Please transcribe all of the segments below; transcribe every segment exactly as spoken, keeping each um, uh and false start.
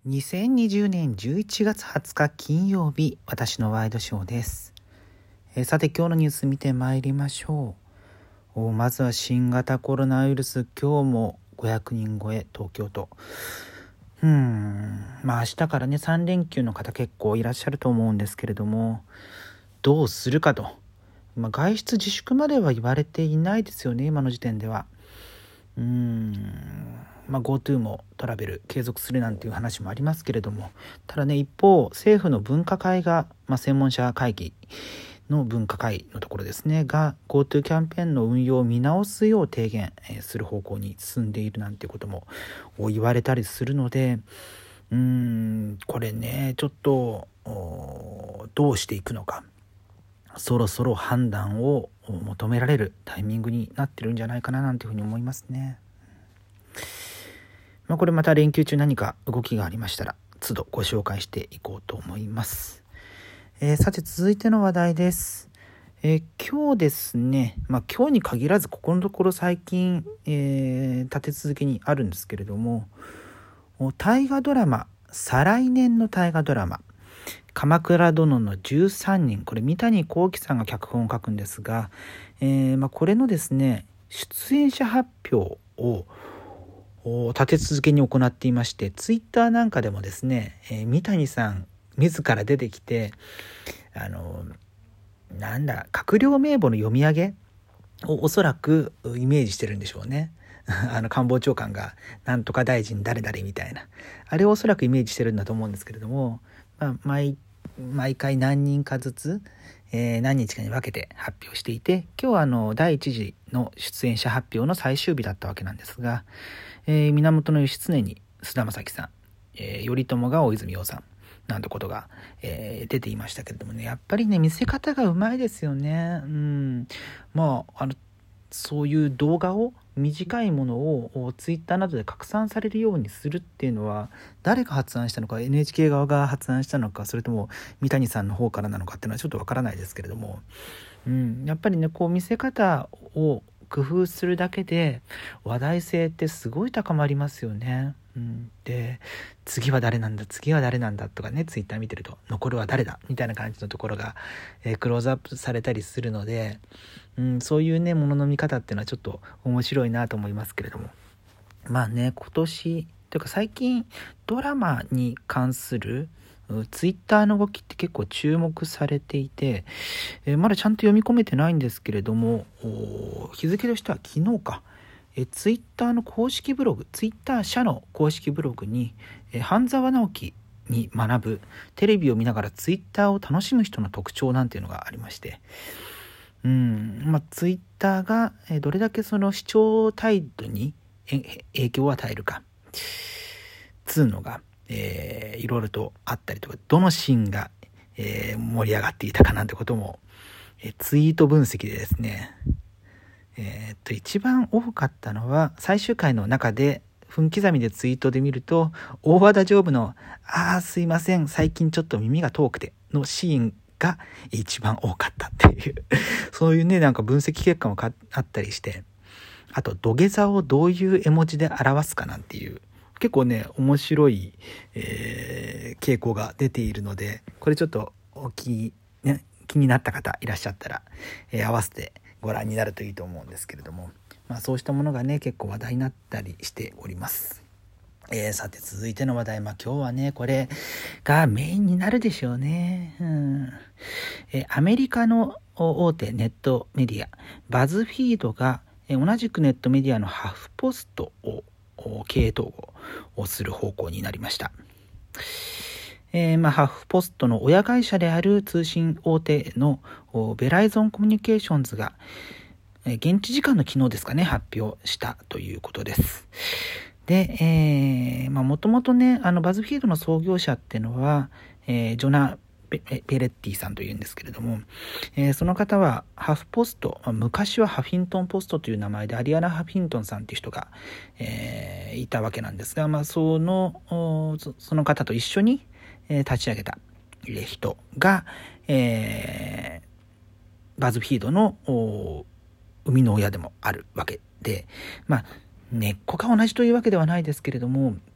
にせんにじゅうねんじゅういちがつはつか金曜日、私のワイドショーです。えー、さて今日のニュース見てまいりましょう。おまずは新型コロナウイルス、今日もごひゃくにん超え、東京都。うーんまあ明日からねさん連休の方結構いらっしゃると思うんですけれども、どうするかと、まあ、外出自粛までは言われていないですよね、今の時点では。うーんまあ、GoTo もトラベル継続するなんていう話もありますけれども、ただね一方政府の分科会が、まあ、専門者会議の分科会のところですねが GoTo キャンペーンの運用を見直すよう提言する方向に進んでいるなんていうことも言われたりするので、うーんこれねちょっとどうしていくのか、そろそろ判断を求められるタイミングになってるんじゃないかななんていうふうに思いますね。まあ、これまた連休中何か動きがありましたら都度ご紹介していこうと思います。えー、さて続いての話題です。えー、今日ですね、まあ、今日に限らずここのところ最近、えー、立て続けにあるんですけれども、大河ドラマ、再来年の大河ドラマ鎌倉殿のじゅうさんにん、これ三谷幸喜さんが脚本を書くんですが、えーまあ、これのですね出演者発表を立て続けに行っていまして、ツイッターなんかでもですね、えー、三谷さん自ら出てきて、あのなんだ閣僚名簿の読み上げをおそらくイメージしてるんでしょうね。あの官房長官がなんとか大臣誰々みたいな、あれをおそらくイメージしてるんだと思うんですけれども、まあ、毎, 毎回何人かずつ、えー、何日かに分けて発表していて、今日はあのだいいち次の出演者発表の最終日だったわけなんですが、えー、源義経に菅田将暉さん、えー、頼朝が大泉洋さんなんてことが、えー、出ていましたけれどもね、やっぱりね見せ方がうまいですよね。うんまああのそういう動画を短いものをツイッターなどで拡散されるようにするっていうのは誰が発案したのか、 エヌエイチケー 側が発案したのか、それとも三谷さんの方からなのかっていうのはちょっとわからないですけれども、うん、やっぱりねこう見せ方を工夫するだけで話題性ってすごい高まりますよね。うん、で次は誰なんだ次は誰なんだとかね、ツイッター見てると残るは誰だみたいな感じのところが、えー、クローズアップされたりするので、うん、そういうねものの見方っていうのはちょっと面白いなと思いますけれども、まあね今年というか最近ドラマに関するツイッターの動きって結構注目されていて、えー、まだちゃんと読み込めてないんですけれども、日付としては昨日か、えー、ツイッターの公式ブログ、ツイッター社の公式ブログに、えー、半沢直樹に学ぶテレビを見ながらツイッターを楽しむ人の特徴なんていうのがありまして、うんまあ、ツイッターがどれだけその視聴態度に影響を与えるかつうのが、えー、いろいろとあったりとか、どのシーンが、えー、盛り上がっていたかなんてことも、えー、ツイート分析でですね、えー、っと一番多かったのは最終回の中で分刻みでツイートで見ると、大和田常務のあーすいません最近ちょっと耳が遠くてのシーンが一番多かったっていうそういうねなんか分析結果もあったりして、あと土下座をどういう絵文字で表すかなんていう結構ね面白い、えー、傾向が出ているので、これちょっとお気、ね、気になった方いらっしゃったら、えー、合わせてご覧になるといいと思うんですけれども、まあ、そうしたものがね結構話題になったりしております。えー、さて続いての話題、まあ、今日はねこれがメインになるでしょうね。うんえー、アメリカの大手ネットメディアバズフィードが、えー、同じくネットメディアのハフポストを経営統合をする方向になりました。えーまあ、ハフポストの親会社である通信大手のベライゾンコミュニケーションズが、えー、現地時間の昨日ですかね発表したということです。で、えー、まあもともとねあのバズフィードの創業者っていうのは、えー、ジョナ・ペレッティさんというんですけれども、えー、その方はハフポスト、まあ、昔はハフィントンポストという名前でアリアナ・ハフィントンさんという人が、えー、いたわけなんですが、まあ、そのその方と一緒に、えー、立ち上げた人が、えー、バズフィードの生みの親でもあるわけで、まあ根っこが同じというわけではないですけれども、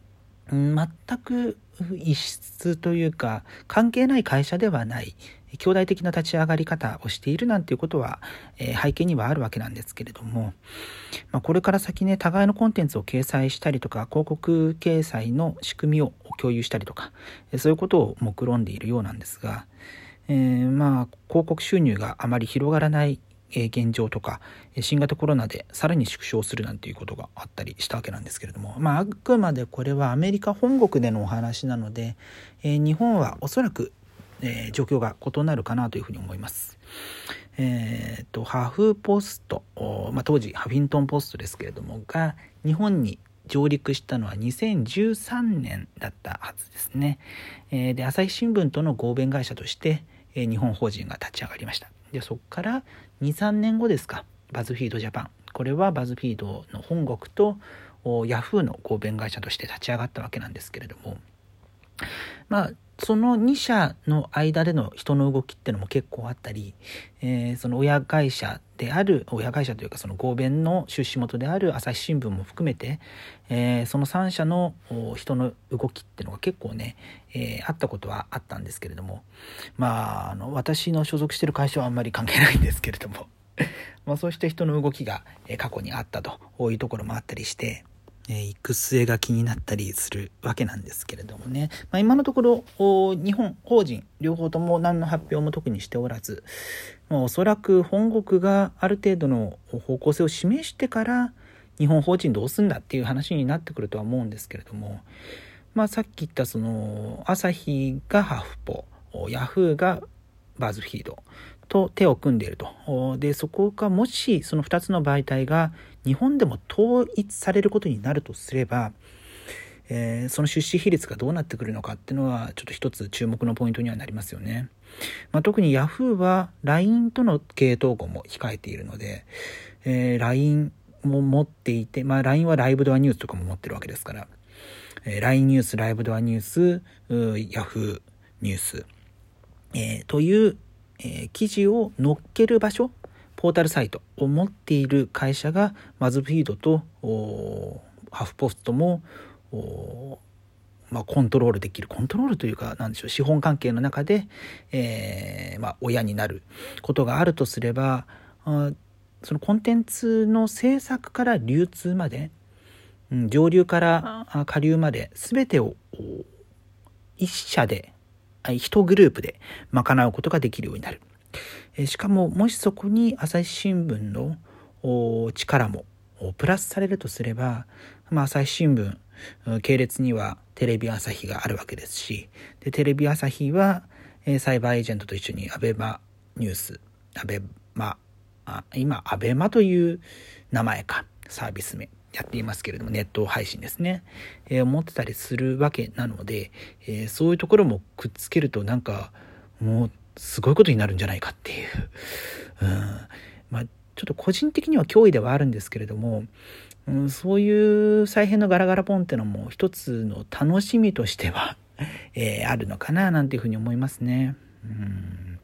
全く異質というか関係ない会社ではない兄弟的な立ち上がり方をしているなんていうことは、えー、背景にはあるわけなんですけれども、まあ、これから先ね互いのコンテンツを掲載したりとか広告掲載の仕組みを共有したりとかそういうことを目論んでいるようなんですが、えー、まあ広告収入があまり広がらない現状とか新型コロナでさらに縮小するなんていうことがあったりしたわけなんですけれども、まあ、あくまでこれはアメリカ本国でのお話なので、えー、日本はおそらく、えー、状況が異なるかなというふうに思います。えー、とハフポスト、まあ、当時ハフィントンポストですけれどもが日本に上陸したのはにせんじゅうさんねんだったはずですね。えー、で朝日新聞との合弁会社として、えー、日本法人が立ち上がりました。でそこからにさんねんごですか、バズフィードジャパン、これはバズフィードの本国とヤフーの合弁会社として立ち上がったわけなんですけれども、まあそのに社の間での人の動きっていうのも結構あったり、えー、その親会社である親会社というかその合弁の出資元である朝日新聞も含めて、えー、そのさん社の人の動きっていうのが結構ね、えー、あったことはあったんですけれども、まあ、あの私の所属している会社はあんまり関係ないんですけれどもまあそうした人の動きが過去にあったというところもあったりして、えー、行く末が気になったりするわけなんですけれどもね、まあ、今のところ日本法人両方とも何の発表も特にしておらず、まあ、おそらく本国がある程度の方向性を示してから日本法人どうすんだっていう話になってくるとは思うんですけれども、まあ、さっき言ったその朝日がハフポ、ヤフーがバズフィードと手を組んでいると。でそこがもしそのふたつの媒体が日本でも統一されることになるとすれば、えー、その出資比率がどうなってくるのかっていうのはちょっと一つ注目のポイントにはなりますよね。まあ、特に Yahoo は ライン との経営統合も控えているので、えー、ライン も持っていて、まあ、ライン はライブドアニュースとかも持ってるわけですから、えー、ライン ニュース、ライブドアニュース、Yahoo ニュース、えー、というえー、記事を載っける場所、ポータルサイトを持っている会社がバズフィードとハフポストも、まあ、コントロールできるコントロールというかなんでしょう資本関係の中で、えーまあ、親になることがあるとすれば、あそのコンテンツの制作から流通まで、うん、上流から下流まで全てを一社で一グループで賄うことができるようになる。しかももしそこに朝日新聞の力もプラスされるとすれば、まあ、朝日新聞系列にはテレビ朝日があるわけですし、でテレビ朝日はサイバーエージェントと一緒にアベマニュース、アベマあ今アベマという名前かサービス名やっていますけれども、ネット配信ですね、えー、持ってたりするわけなので、えー、そういうところもくっつけるとなんかもうすごいことになるんじゃないかっていう、うん、まあちょっと個人的には脅威ではあるんですけれども、うん、そういう再編のガラガラポンってのも一つの楽しみとしては、えー、あるのかななんていうふうに思いますね。うん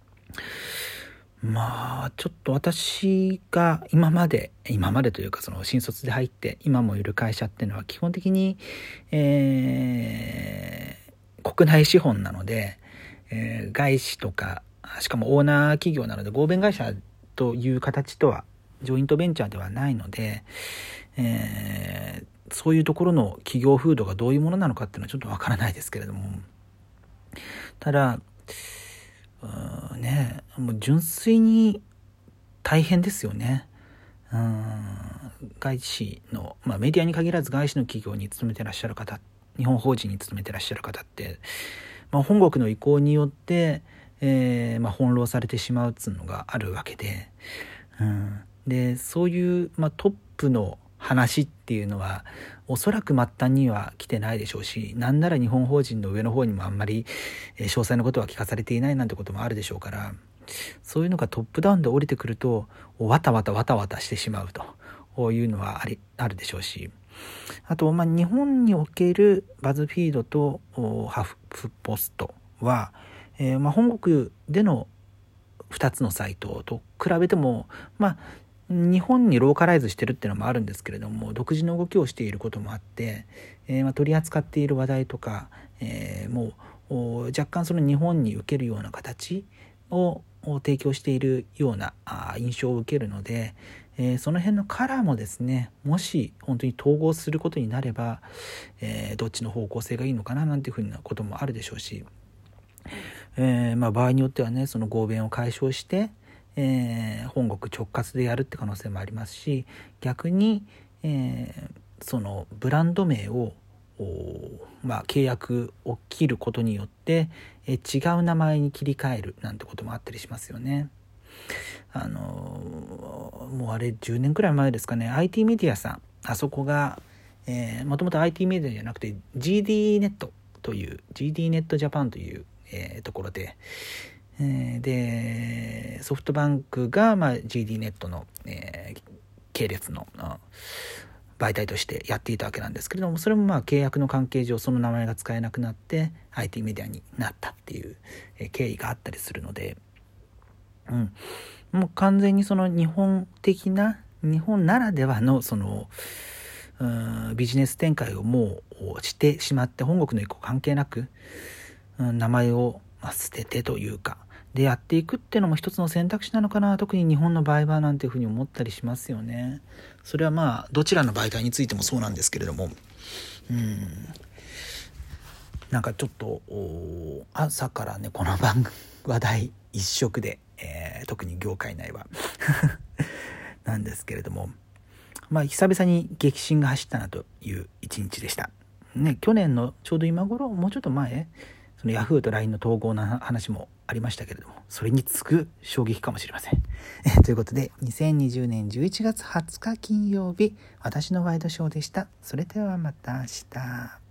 まあちょっと私が今まで今までというかその新卒で入って今もいる会社っていうのは基本的に、えー、国内資本なので、えー、外資とかしかもオーナー企業なので合弁会社という形とはジョイントベンチャーではないので、えー、そういうところの企業風土がどういうものなのかっていうのはちょっとわからないですけれども、ただうんね、もう純粋に大変ですよね。うん外資の、まあ、メディアに限らず外資の企業に勤めてらっしゃる方、日本法人に勤めてらっしゃる方って、まあ、本国の意向によって、えーまあ、翻弄されてしまうっていうのがあるわけで、うん、でそういう、まあ、トップの話っていうのはおそらく末端には来てないでしょうし、なんなら日本法人の上の方にもあんまり詳細なことは聞かされていないなんてこともあるでしょうから、そういうのがトップダウンで降りてくるとわたわたわたわたしてしまうというのはありあるでしょうし、あと、まあ、日本におけるバズフィードとハフポストは、えーまあ、本国でのふたつのサイトと比べても、まあ日本にローカライズしてるっていうのもあるんですけれども、独自の動きをしていることもあって、えーまあ、取り扱っている話題とか、えー、もう若干その日本に受けるような形を提供しているような印象を受けるので、えー、その辺のカラーもですね、もし本当に統合することになれば、えー、どっちの方向性がいいのかななんていうふうなこともあるでしょうし、えーまあ、場合によってはね、その合弁を解消して、えー、本国直括でやるって可能性もありますし、逆に、えー、そのブランド名をまあ、契約を切ることによって、えー、違う名前に切り替えるなんてこともあったりしますよね。あのー、もうあれじゅうねんくらい前ですかね、 アイティー メディアさん、あそこが、えー、もともと アイティー メディアじゃなくて ジーディー ネットという ジーディー ネットジャパンという、えー、ところで、えー、でソフトバンクが、まあ、ジーディー ネットの、えー、系列の媒体としてやっていたわけなんですけれども、それもまあ契約の関係上その名前が使えなくなって アイティー メディアになったっていう、えー、経緯があったりするので、うん、もう完全にその日本的な、日本ならではのそのうんビジネス展開をもうしてしまって、本国の意向関係なく、うん、名前を捨ててというかでやっていくっていうのも一つの選択肢なのかな、特に日本の場合はなんていうふうに思ったりしますよね。それはまあどちらの媒体についてもそうなんですけれども、うんなんかちょっと朝からねこの番組話題一色で、えー、特に業界内はなんですけれども、まあ久々に激震が走ったなという一日でしたね。去年のちょうど今頃、もうちょっと前、そのヤフーと ライン の統合の話もありましたけれども、それに次ぐ衝撃かもしれません。えということで、にせんにじゅうねんじゅういちがつはつか金曜日、私のワイドショーでした。それではまた明日。